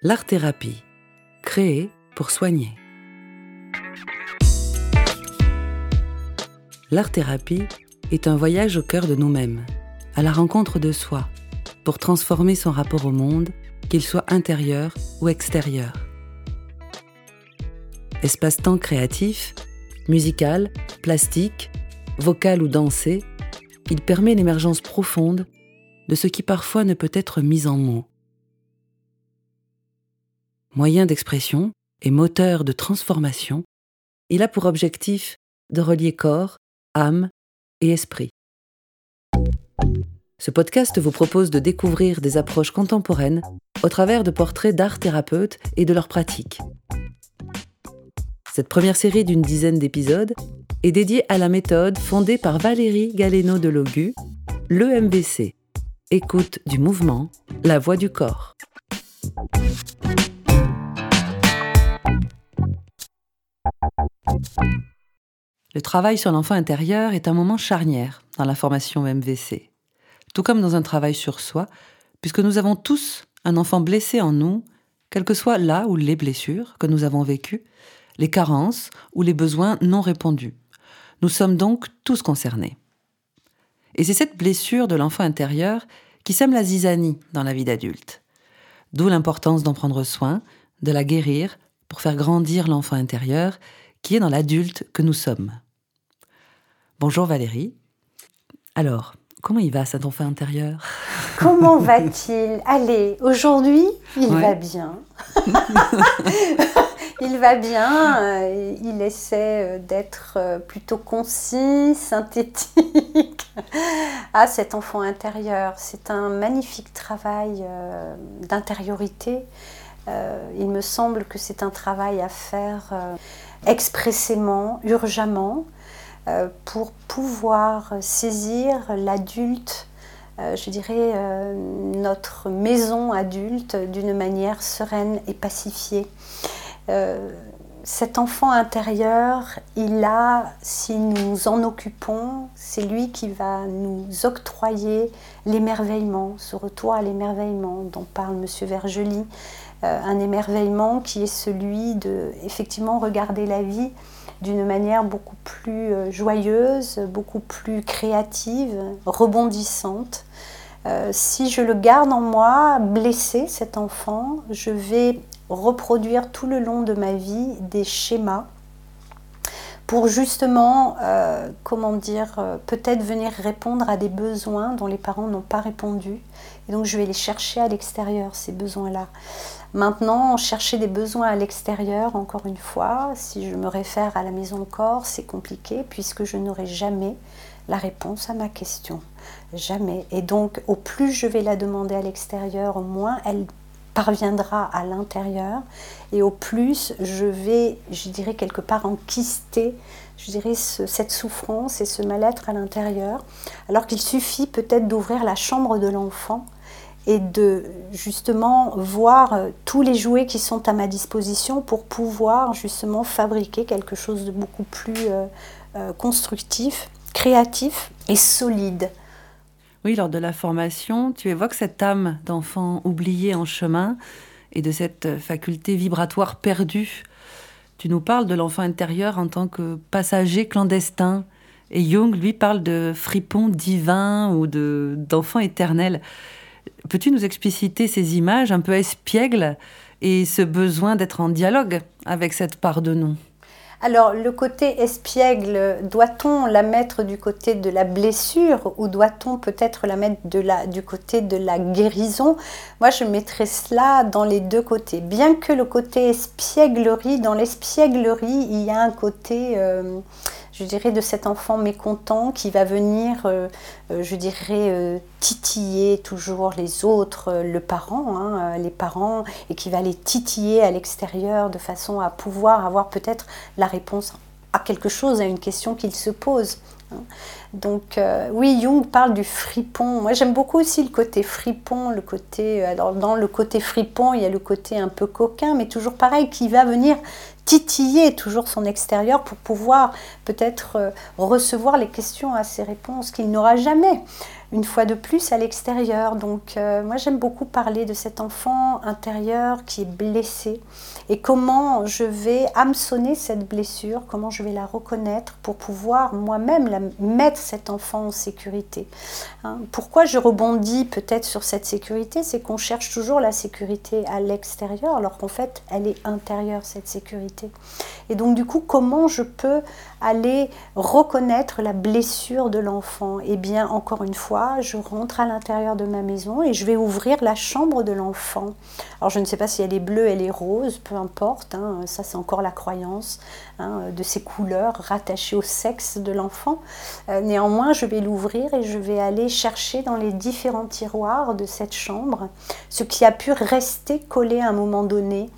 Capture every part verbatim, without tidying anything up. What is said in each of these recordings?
L'art-thérapie, créée pour soigner. L'art-thérapie est un voyage au cœur de nous-mêmes, à la rencontre de soi, pour transformer son rapport au monde, qu'il soit intérieur ou extérieur. Espace-temps créatif, musical, plastique, vocal ou dansé, il permet l'émergence profonde de ce qui parfois ne peut être mis en mots. Moyen d'expression et moteur de transformation, il a pour objectif de relier corps, âme et esprit. Ce podcast vous propose de découvrir des approches contemporaines au travers de portraits d'art thérapeutes et de leurs pratiques. Cette première série d'une dizaine d'épisodes est dédiée à la méthode fondée par Valérie Galeno-Delogu, l'E M V C, écoute du mouvement, la voix du corps. Le travail sur l'enfant intérieur est un moment charnière dans la formation E M V C, tout comme dans un travail sur soi, puisque nous avons tous un enfant blessé en nous, quelles que soient là ou les blessures que nous avons vécues, les carences ou les besoins non répondus. Nous sommes donc tous concernés. Et c'est cette blessure de l'enfant intérieur qui sème la zizanie dans la vie d'adulte. D'où l'importance d'en prendre soin, de la guérir pour faire grandir l'enfant intérieur qui est dans l'adulte que nous sommes. Bonjour Valérie. Alors, comment il va cet enfant intérieur ? Comment va-t-il ? Allez, aujourd'hui, il ouais. va bien. Il va bien, euh, il essaie d'être plutôt concis, synthétique. Ah, cet enfant intérieur, c'est un magnifique travail euh, d'intériorité. Euh, il me semble que c'est un travail à faire euh, expressément, urgemment, euh, pour pouvoir saisir l'adulte, euh, je dirais euh, notre maison adulte, d'une manière sereine et pacifiée. Euh, cet enfant intérieur, il a, si nous en occupons, c'est lui qui va nous octroyer l'émerveillement, ce retour à l'émerveillement dont parle Monsieur Vergely, euh, un émerveillement qui est celui de, effectivement, regarder la vie d'une manière beaucoup plus euh, joyeuse, beaucoup plus créative, rebondissante. Euh, si je le garde en moi, blessé, cet enfant, je vais reproduire tout le long de ma vie des schémas pour justement, euh, comment dire, euh, peut-être venir répondre à des besoins dont les parents n'ont pas répondu. Et donc je vais les chercher à l'extérieur, ces besoins-là. Maintenant, chercher des besoins à l'extérieur, encore une fois, si je me réfère à la maison corps, c'est compliqué puisque je n'aurai jamais la réponse à ma question. Jamais. Et donc, au plus je vais la demander à l'extérieur, au moins elle parviendra à l'intérieur, et au plus je vais, je dirais quelque part, enquister, je dirais, ce, cette souffrance et ce mal-être à l'intérieur, alors qu'il suffit peut-être d'ouvrir la chambre de l'enfant et de justement voir tous les jouets qui sont à ma disposition pour pouvoir justement fabriquer quelque chose de beaucoup plus euh, euh, constructif, créatif et solide. Oui, lors de la formation, tu évoques cette âme d'enfant oublié en chemin et de cette faculté vibratoire perdue. Tu nous parles de l'enfant intérieur en tant que passager clandestin. Et Jung, lui, parle de fripon divin ou de, d'enfant éternel. Peux-tu nous expliciter ces images un peu espiègles et ce besoin d'être en dialogue avec cette part de nous ? Alors, le côté espiègle, doit-on la mettre du côté de la blessure ou doit-on peut-être la mettre de la, du côté de la guérison ? Moi, je mettrais cela dans les deux côtés. Bien que le côté espièglerie, dans l'espièglerie, il y a un côté, euh, je dirais, de cet enfant mécontent qui va venir, euh, euh, je dirais, euh, titiller toujours les autres, euh, le parent, hein, euh, les parents, et qui va les titiller à l'extérieur de façon à pouvoir avoir peut-être la réponse à quelque chose, à une question qu'il se pose. Donc euh, oui, Jung parle du fripon. Moi j'aime beaucoup aussi le côté fripon, le côté, alors dans le côté fripon, il y a le côté un peu coquin, mais toujours pareil, qui va venir titiller toujours son extérieur pour pouvoir peut-être euh, recevoir les questions à ses réponses qu'il n'aura jamais. une fois de plus à l'extérieur. Donc euh, moi j'aime beaucoup parler de cet enfant intérieur qui est blessé et comment je vais hameçonner cette blessure, comment je vais la reconnaître pour pouvoir moi-même la, mettre cet enfant en sécurité. Hein, pourquoi je rebondis peut-être sur cette sécurité, c'est qu'on cherche toujours la sécurité à l'extérieur alors qu'en fait elle est intérieure cette sécurité. Et donc du coup comment je peux aller reconnaître la blessure de l'enfant? Eh bien encore une fois, je rentre à l'intérieur de ma maison et je vais ouvrir la chambre de l'enfant. Alors je ne sais pas si elle est bleue, elle est rose, peu importe, hein, ça c'est encore la croyance hein, de ces couleurs rattachées au sexe de l'enfant. Euh, néanmoins, je vais l'ouvrir et je vais aller chercher dans les différents tiroirs de cette chambre ce qui a pu rester collé à un moment donné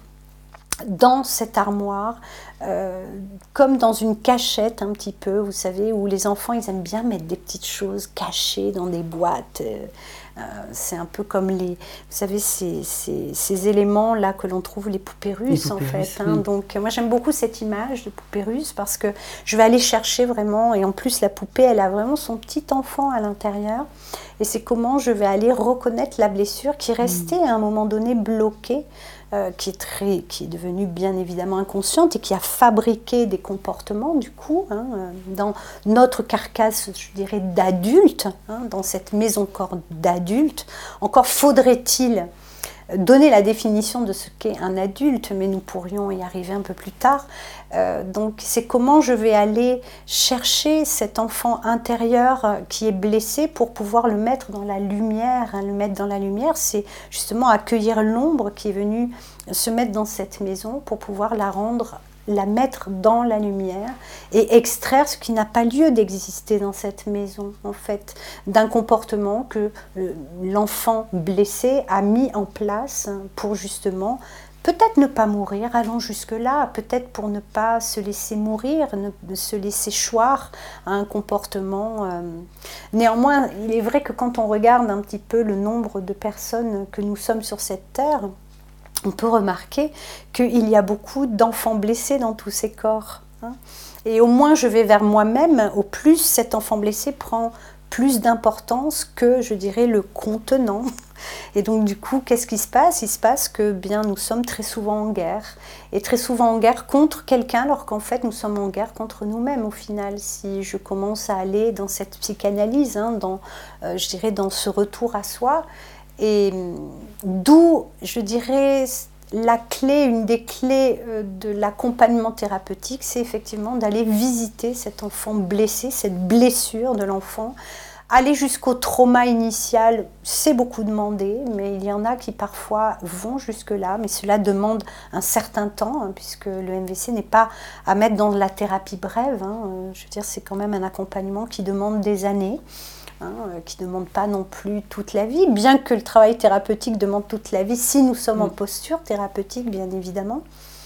dans cette armoire, euh, comme dans une cachette un petit peu, vous savez, où les enfants, ils aiment bien mettre des petites choses cachées dans des boîtes. Euh, euh, c'est un peu comme les, vous savez, ces, ces, ces éléments-là que l'on trouve, les poupées russes, les poupées en fait. Russes, hein. Oui. Donc, moi, j'aime beaucoup cette image de poupée russe parce que je vais aller chercher vraiment, et en plus, la poupée, elle a vraiment son petit enfant à l'intérieur. Et c'est comment je vais aller reconnaître la blessure qui restait mmh. à un moment donné bloquée, Euh, qui, est très, qui est devenue bien évidemment inconsciente et qui a fabriqué des comportements du coup hein, dans notre carcasse, je dirais, d'adulte, hein, dans cette maison corps d'adulte. Encore faudrait-il donner la définition de ce qu'est un adulte, mais nous pourrions y arriver un peu plus tard. Euh, donc c'est comment je vais aller chercher cet enfant intérieur qui est blessé pour pouvoir le mettre dans la lumière. Hein, le mettre dans la lumière, c'est justement accueillir l'ombre qui est venue se mettre dans cette maison pour pouvoir la rendre, la mettre dans la lumière et extraire ce qui n'a pas lieu d'exister dans cette maison, en fait, d'un comportement que l'enfant blessé a mis en place pour justement peut-être ne pas mourir, allons jusque-là, peut-être pour ne pas se laisser mourir, ne se laisser choir à un comportement. Euh... Néanmoins, il est vrai que quand on regarde un petit peu le nombre de personnes que nous sommes sur cette terre, on peut remarquer qu'il y a beaucoup d'enfants blessés dans tous ces corps. Hein. Et au moins je vais vers moi-même, au plus cet enfant blessé prend plus d'importance que, je dirais, le contenant. Et donc du coup, qu'est-ce qui se passe? Il se passe que bien, nous sommes très souvent en guerre. Et très souvent en guerre contre quelqu'un, alors qu'en fait nous sommes en guerre contre nous-mêmes au final. Si je commence à aller dans cette psychanalyse, hein, dans, euh, je dirais dans ce retour à soi, et d'où, je dirais, la clé, une des clés de l'accompagnement thérapeutique, c'est effectivement d'aller visiter cet enfant blessé, cette blessure de l'enfant. Aller jusqu'au trauma initial, c'est beaucoup demandé, mais il y en a qui parfois vont jusque-là, mais cela demande un certain temps, hein, puisque le M V C n'est pas à mettre dans la thérapie brève. Hein, je veux dire, c'est quand même un accompagnement qui demande des années. Hein, qui ne demande pas non plus toute la vie, bien que le travail thérapeutique demande toute la vie, si nous sommes mmh. en posture thérapeutique, bien évidemment.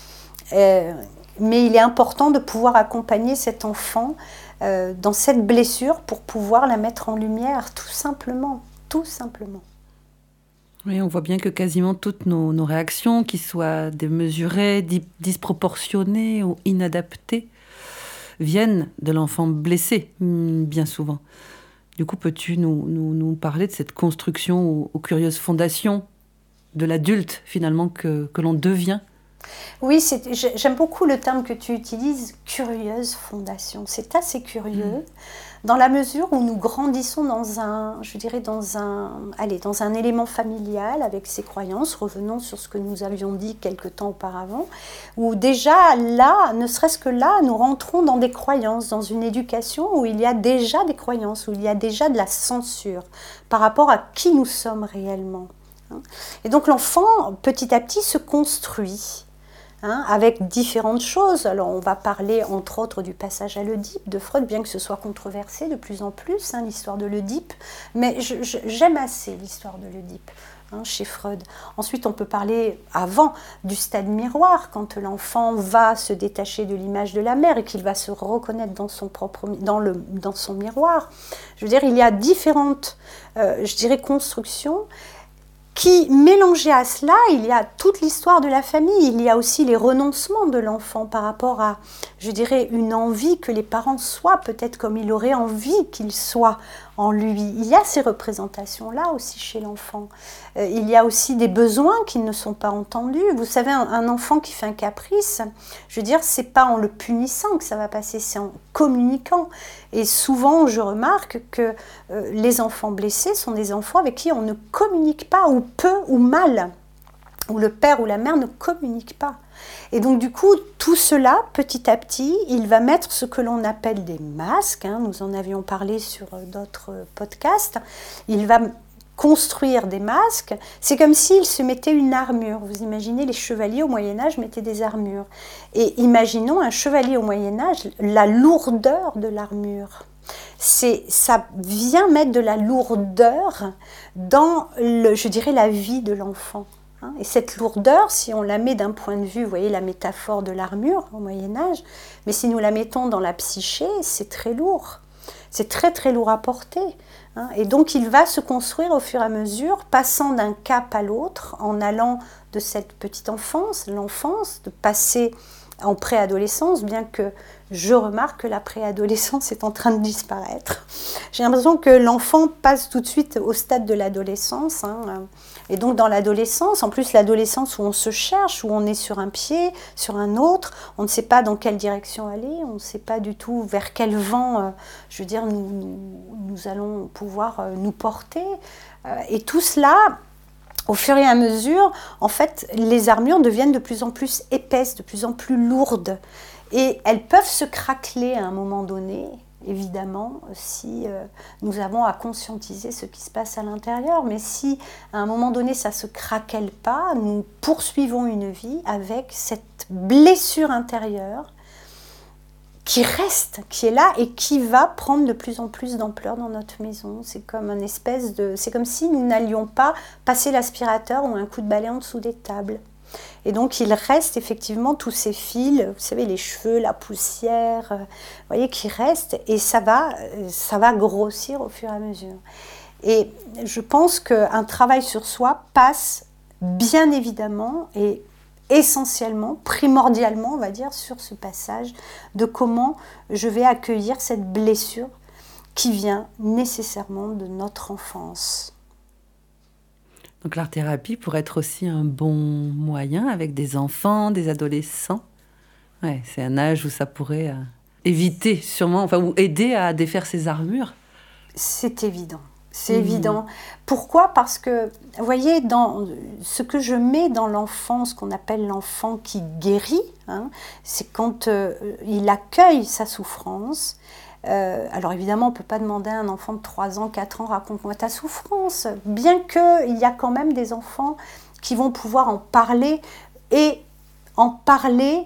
Euh, mais il est important de pouvoir accompagner cet enfant euh, dans cette blessure pour pouvoir la mettre en lumière, tout simplement, tout simplement. Oui, on voit bien que quasiment toutes nos, nos réactions, qui soient démesurées, di- disproportionnées ou inadaptées, viennent de l'enfant blessé, bien souvent. Du coup, peux-tu nous, nous, nous parler de cette construction aux, aux curieuses fondations de l'adulte, finalement, que, que l'on devient? Oui, c'est, j'aime beaucoup le terme que tu utilises, curieuse fondation. C'est assez curieux, mmh. dans la mesure où nous grandissons dans un, je dirais, dans un, allez, dans un élément familial avec ses croyances. Revenons sur ce que nous avions dit quelque temps auparavant, où déjà là, ne serait-ce que là, nous rentrons dans des croyances, dans une éducation où il y a déjà des croyances, où il y a déjà de la censure par rapport à qui nous sommes réellement. Et donc l'enfant, petit à petit, se construit. Hein, avec différentes choses. Alors on va parler entre autres du passage à l'Oedipe de Freud, bien que ce soit controversé de plus en plus, hein, l'histoire de l'Oedipe, mais je, je, j'aime assez l'histoire de l'Oedipe hein, chez Freud. Ensuite on peut parler avant du stade miroir, quand l'enfant va se détacher de l'image de la mère et qu'il va se reconnaître dans son, propre, dans le, dans son miroir. Je veux dire, il y a différentes, euh, je dirais, constructions qui, mélangé à cela, il y a toute l'histoire de la famille, il y a aussi les renoncements de l'enfant par rapport à, je dirais, une envie que les parents soient peut-être comme il aurait envie qu'ils soient en lui. Il y a ces représentations-là aussi chez l'enfant. Euh, il y a aussi des besoins qui ne sont pas entendus. Vous savez, un, un enfant qui fait un caprice, je veux dire, c'est pas en le punissant que ça va passer, c'est en communiquant. Et souvent, je remarque que euh, les enfants blessés sont des enfants avec qui on ne communique pas, ou peu ou mal, où le père ou la mère ne communique pas. Et donc du coup, tout cela, petit à petit, il va mettre ce que l'on appelle des masques, hein, nous en avions parlé sur d'autres podcasts, il va construire des masques, c'est comme s'il se mettait une armure. Vous imaginez, les chevaliers au Moyen-Âge mettaient des armures. Et imaginons un chevalier au Moyen-Âge, la lourdeur de l'armure. C'est, ça vient mettre de la lourdeur dans, le, je dirais, la vie de l'enfant. Et cette lourdeur, si on la met d'un point de vue, vous voyez la métaphore de l'armure au Moyen-Âge, mais si nous la mettons dans la psyché, c'est très lourd. C'est très très lourd à porter. Et donc il va se construire au fur et à mesure, passant d'un cap à l'autre, en allant de cette petite enfance, l'enfance, de passer en préadolescence, bien que je remarque que la préadolescence est en train de disparaître. J'ai l'impression que l'enfant passe tout de suite au stade de l'adolescence. Hein. Et donc dans l'adolescence, en plus l'adolescence où on se cherche, où on est sur un pied, sur un autre, on ne sait pas dans quelle direction aller, on ne sait pas du tout vers quel vent, euh, je veux dire, nous, nous, nous allons pouvoir euh, nous porter. Euh, et tout cela, au fur et à mesure, en fait, les armures deviennent de plus en plus épaisses, de plus en plus lourdes. Et elles peuvent se craqueler à un moment donné, évidemment, si euh, nous avons à conscientiser ce qui se passe à l'intérieur. Mais si, à un moment donné, ça ne se craquelle pas, nous poursuivons une vie avec cette blessure intérieure qui reste, qui est là et qui va prendre de plus en plus d'ampleur dans notre maison. C'est comme une espèce de... C'est comme si nous n'allions pas passer l'aspirateur ou un coup de balai en dessous des tables. Et donc, il reste effectivement tous ces fils, vous savez, les cheveux, la poussière, euh, vous voyez, qui restent, et ça va, ça va grossir au fur et à mesure. Et je pense qu'un travail sur soi passe bien évidemment et essentiellement, primordialement, on va dire, sur ce passage de comment je vais accueillir cette blessure qui vient nécessairement de notre enfance. Donc l'art-thérapie pourrait être aussi un bon moyen avec des enfants, des adolescents. Ouais, c'est un âge où ça pourrait euh, éviter sûrement, enfin, ou aider à défaire ces armures. C'est évident, c'est mmh. évident. Pourquoi ? Parce que, vous voyez, dans ce que je mets dans l'enfant, ce qu'on appelle l'enfant qui guérit, hein, c'est quand euh, il accueille sa souffrance. Euh, alors évidemment, on ne peut pas demander à un enfant de trois ans, quatre ans, raconte-moi ta souffrance, bien qu'il y a quand même des enfants qui vont pouvoir en parler, et en parler,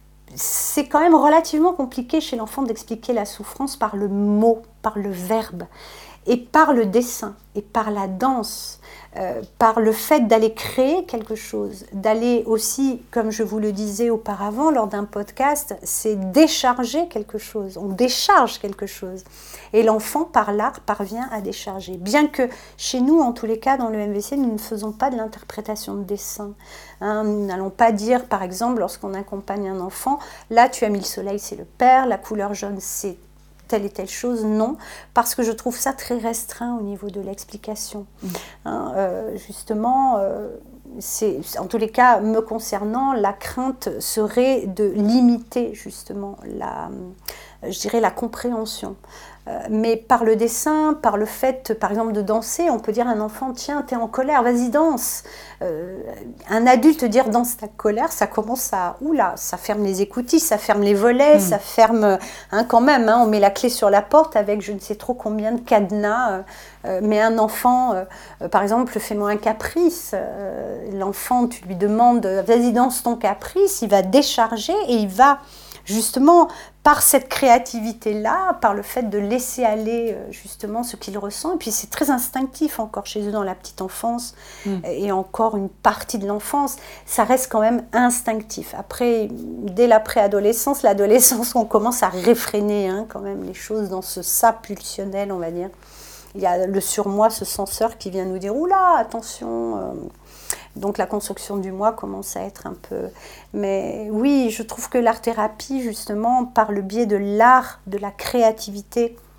c'est quand même relativement compliqué chez l'enfant d'expliquer la souffrance par le mot, par le verbe, et par le dessin, et par la danse, euh, par le fait d'aller créer quelque chose, d'aller aussi, comme je vous le disais auparavant lors d'un podcast, c'est décharger quelque chose, on décharge quelque chose. Et l'enfant, par l'art, parvient à décharger. Bien que chez nous, en tous les cas, dans le M V C, nous ne faisons pas de l'interprétation de dessin. Hein, nous n'allons pas dire, par exemple, lorsqu'on accompagne un enfant, là tu as mis le soleil, c'est le père, la couleur jaune, c'est telle et telle chose, non, parce que je trouve ça très restreint au niveau de l'explication. Mmh. Hein, euh, justement, euh, c'est, en tous les cas, me concernant, la crainte serait de limiter justement la, je dirais, la compréhension. Euh, mais par le dessin, par le fait, par exemple, de danser, on peut dire à un enfant, tiens, t'es en colère, vas-y, danse. Euh, un adulte dire danse ta colère, ça commence à, oula, ça ferme les écoutilles, ça ferme les volets, mmh. ça ferme, hein, quand même, hein, on met la clé sur la porte avec je ne sais trop combien de cadenas. Euh, euh, mais un enfant, euh, par exemple, fais-moi un caprice. Euh, l'enfant, tu lui demandes, vas-y, danse ton caprice, il va décharger et il va justement, par cette créativité-là, par le fait de laisser aller justement ce qu'il ressent, et puis c'est très instinctif encore chez eux dans la petite enfance, mmh. et encore une partie de l'enfance, ça reste quand même instinctif. Après, dès la préadolescence, l'adolescence, on commence à réfréner hein, quand même les choses dans ce ça pulsionnel, on va dire. Il y a le surmoi, ce censeur qui vient nous dire « Oula, attention euh, !» Donc la construction du moi commence à être un peu... Mais oui, je trouve que l'art-thérapie, justement, par le biais de l'art, de la créativité,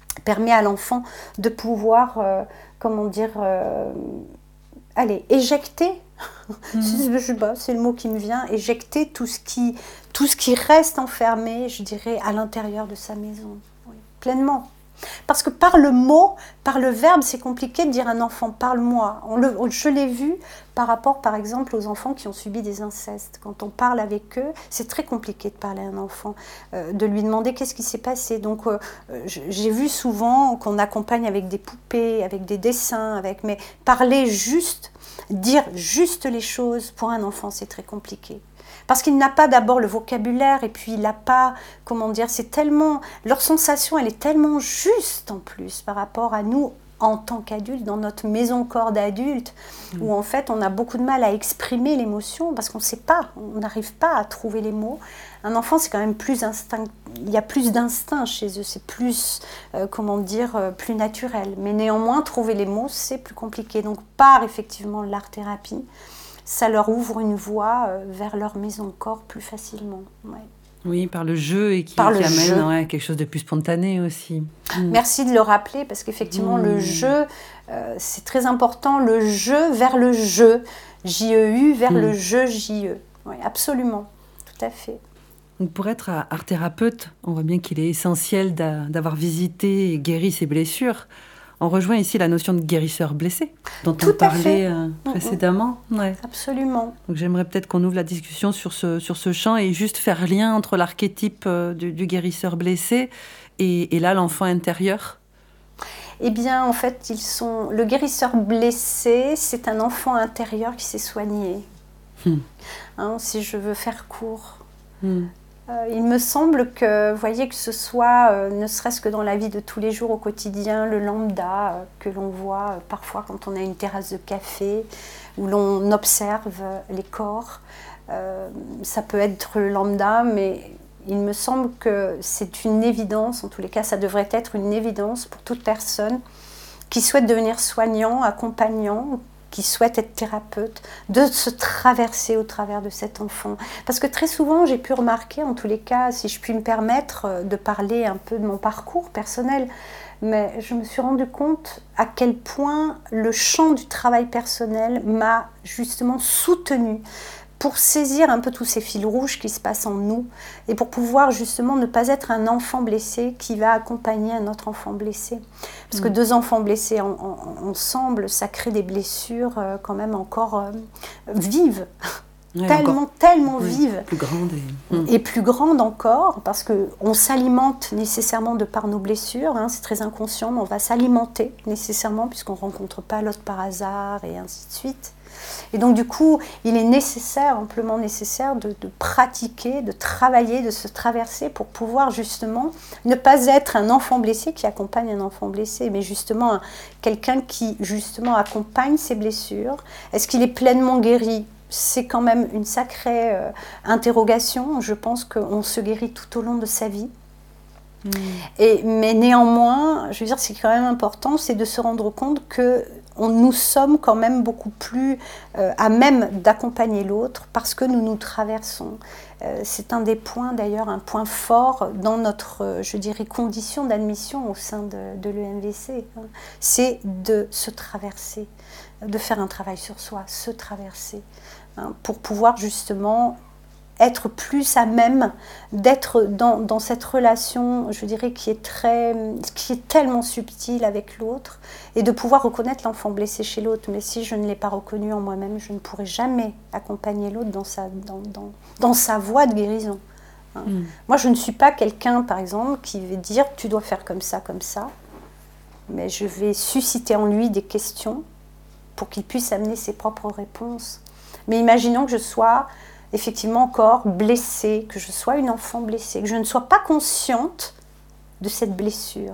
permet à l'enfant de pouvoir, euh, comment dire, euh, allez, éjecter, mmh. je sais pas, c'est le mot qui me vient, éjecter tout ce qui, tout ce qui reste enfermé, je dirais, à l'intérieur de sa maison, oui, pleinement. Parce que par le mot, par le verbe, c'est compliqué de dire à un enfant « parle-moi ». Je l'ai vu par rapport, par exemple, aux enfants qui ont subi des incestes. Quand on parle avec eux, c'est très compliqué de parler à un enfant, euh, de lui demander qu'est-ce qui s'est passé. Donc, euh, j'ai vu souvent qu'on accompagne avec des poupées, avec des dessins, avec, mais parler juste, dire juste les choses, pour un enfant, c'est très compliqué. Parce qu'il n'a pas d'abord le vocabulaire et puis il n'a pas, comment dire, c'est tellement, leur sensation, elle est tellement juste en plus par rapport à nous en tant qu'adultes, dans notre maison-corps d'adulte, mmh. où en fait on a beaucoup de mal à exprimer l'émotion parce qu'on ne sait pas, on n'arrive pas à trouver les mots. Un enfant, c'est quand même plus instinct, il y a plus d'instinct chez eux, c'est plus, euh, comment dire, euh, plus naturel. Mais néanmoins, trouver les mots, c'est plus compliqué. Donc par effectivement l'art-thérapie, ça leur ouvre une voie euh, vers leur maison-corps plus facilement. Ouais. Oui, par le jeu et qui, qui amène ouais, quelque chose de plus spontané aussi. Mmh. Merci de le rappeler parce qu'effectivement, mmh. le jeu, euh, c'est très important. Le jeu vers le jeu, J E U, vers mmh. le jeu, J E. Oui, absolument, tout à fait. Donc pour être art thérapeute, on voit bien qu'il est essentiel d'avoir visité et guéri ses blessures. On rejoint ici la notion de guérisseur blessé, dont Tout on parlait euh, précédemment. Ouais. Absolument. Donc j'aimerais peut-être qu'on ouvre la discussion sur ce, sur ce champ et juste faire lien entre l'archétype euh, du, du guérisseur blessé et, et là l'enfant intérieur. Eh bien, en fait, ils sont... le guérisseur blessé, c'est un enfant intérieur qui s'est soigné. Hmm. Hein, si je veux faire court. Hmm. Euh, il me semble que, vous voyez, que ce soit, euh, ne serait-ce que dans la vie de tous les jours au quotidien, le lambda euh, que l'on voit euh, parfois quand on a une terrasse de café, où l'on observe euh, les corps, euh, ça peut être le lambda, mais il me semble que c'est une évidence, en tous les cas ça devrait être une évidence pour toute personne qui souhaite devenir soignant, accompagnant, qui souhaite être thérapeute, de se traverser au travers de cet enfant. Parce que très souvent, j'ai pu remarquer, en tous les cas, si je puis me permettre de parler un peu de mon parcours personnel, mais je me suis rendu compte à quel point le champ du travail personnel m'a justement soutenue pour saisir un peu tous ces fils rouges qui se passent en nous et pour pouvoir justement ne pas être un enfant blessé qui va accompagner un autre enfant blessé. Parce mmh. que deux enfants blessés en, en, ensemble, ça crée des blessures euh, quand même encore euh, vives. Ouais, tellement, encore, tellement oui, vives. Plus grandes. Et... Mmh. et plus grandes encore, parce qu'on s'alimente nécessairement de par nos blessures, hein, c'est très inconscient, mais on va s'alimenter nécessairement puisqu'on ne rencontre pas l'autre par hasard et ainsi de suite. Et donc du coup, il est nécessaire, amplement nécessaire de, de pratiquer, de travailler, de se traverser pour pouvoir justement ne pas être un enfant blessé qui accompagne un enfant blessé, mais justement un, quelqu'un qui justement accompagne ses blessures. Est-ce qu'il est pleinement guéri ? C'est quand même une sacrée euh, interrogation. Je pense qu'on se guérit tout au long de sa vie. Mmh. Et, mais néanmoins, je veux dire, c'est quand même important, c'est de se rendre compte que on, nous sommes quand même beaucoup plus euh, à même d'accompagner l'autre parce que nous nous traversons. Euh, c'est un des points, d'ailleurs, un point fort dans notre, euh, je dirais, condition d'admission au sein de, de l'E M V C. Hein. C'est de se traverser, de faire un travail sur soi, se traverser, hein, pour pouvoir justement être plus à même d'être dans, dans cette relation, je dirais, qui est, très, qui est tellement subtile avec l'autre, et de pouvoir reconnaître l'enfant blessé chez l'autre. Mais si je ne l'ai pas reconnu en moi-même, je ne pourrai jamais accompagner l'autre dans sa, dans, dans, dans sa voie de guérison. Hein. Mm. Moi, je ne suis pas quelqu'un, par exemple, qui va dire « tu dois faire comme ça, comme ça », mais je vais susciter en lui des questions pour qu'il puisse amener ses propres réponses. Mais imaginons que je sois effectivement encore blessée, que je sois une enfant blessée, que je ne sois pas consciente de cette blessure.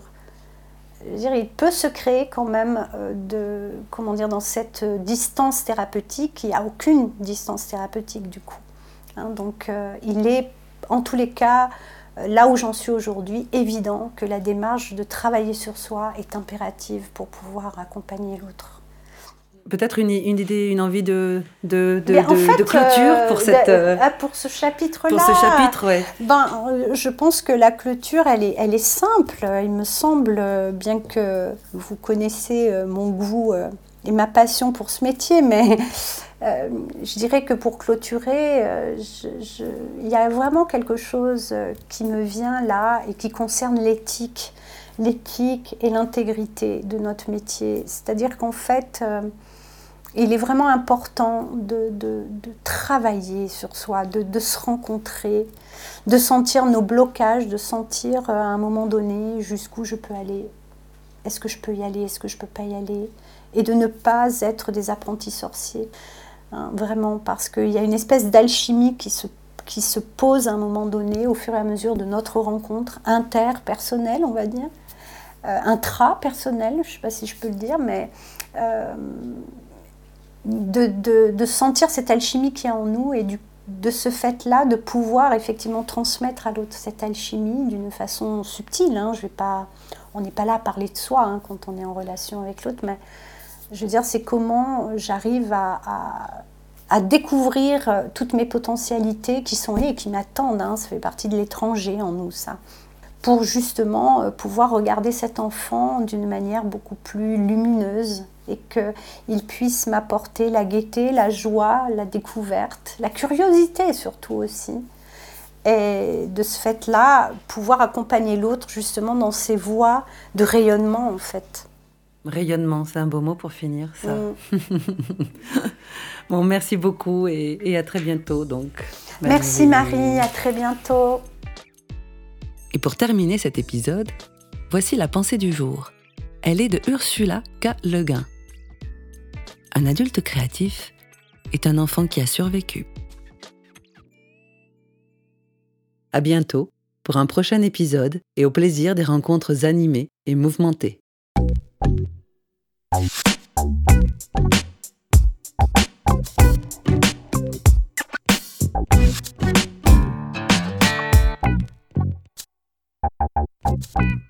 Je veux dire, il peut se créer quand même euh, de, comment dire, dans cette distance thérapeutique, il n'y a aucune distance thérapeutique du coup. Hein, donc euh, il est en tous les cas, euh, là où j'en suis aujourd'hui, évident que la démarche de travailler sur soi est impérative pour pouvoir accompagner l'autre. peut-être une, une idée, une envie de, de, de, Mais en de, fait, de clôture pour, euh, cette, euh, ah, pour ce chapitre-là. pour ce chapitre, ouais. Ben, je pense que la clôture, elle est, elle est simple. Il me semble, bien que vous connaissez mon goût et ma passion pour ce métier, mais euh, je dirais que pour clôturer, euh, je, je, il y a vraiment quelque chose qui me vient là et qui concerne l'éthique, l'éthique et l'intégrité de notre métier. C'est-à-dire qu'en fait, euh, il est vraiment important de, de, de travailler sur soi, de, de se rencontrer, de sentir nos blocages, de sentir à un moment donné jusqu'où je peux aller. Est-ce que je peux y aller? Est-ce que je ne peux pas y aller? Et de ne pas être des apprentis sorciers. Hein, vraiment, parce qu'il y a une espèce d'alchimie qui se, qui se pose à un moment donné, au fur et à mesure de notre rencontre interpersonnelle, on va dire, euh, intra-personnelle, je ne sais pas si je peux le dire, mais euh, de, de, de sentir cette alchimie qui est en nous et du, de ce fait-là, de pouvoir effectivement transmettre à l'autre cette alchimie d'une façon subtile. Hein, je vais pas, on n'est pas là à parler de soi hein, quand on est en relation avec l'autre, mais je veux dire, c'est comment j'arrive à, à, à découvrir toutes mes potentialités qui sont là et qui m'attendent. Hein, ça fait partie de l'étranger en nous, ça. Pour justement pouvoir regarder cet enfant d'une manière beaucoup plus lumineuse et qu'il puisse m'apporter la gaieté, la joie, la découverte, la curiosité surtout aussi. Et de ce fait-là, pouvoir accompagner l'autre justement dans ses voies de rayonnement en fait. Rayonnement, c'est un beau mot pour finir, ça. Mm. Bon, merci beaucoup et, et à très bientôt. Donc. Merci Marie, à très bientôt. Et pour terminer cet épisode, voici la pensée du jour. Elle est de Ursula K. Le Guin. Un adulte créatif est un enfant qui a survécu. À bientôt pour un prochain épisode et au plaisir des rencontres animées et mouvementées. Thank you.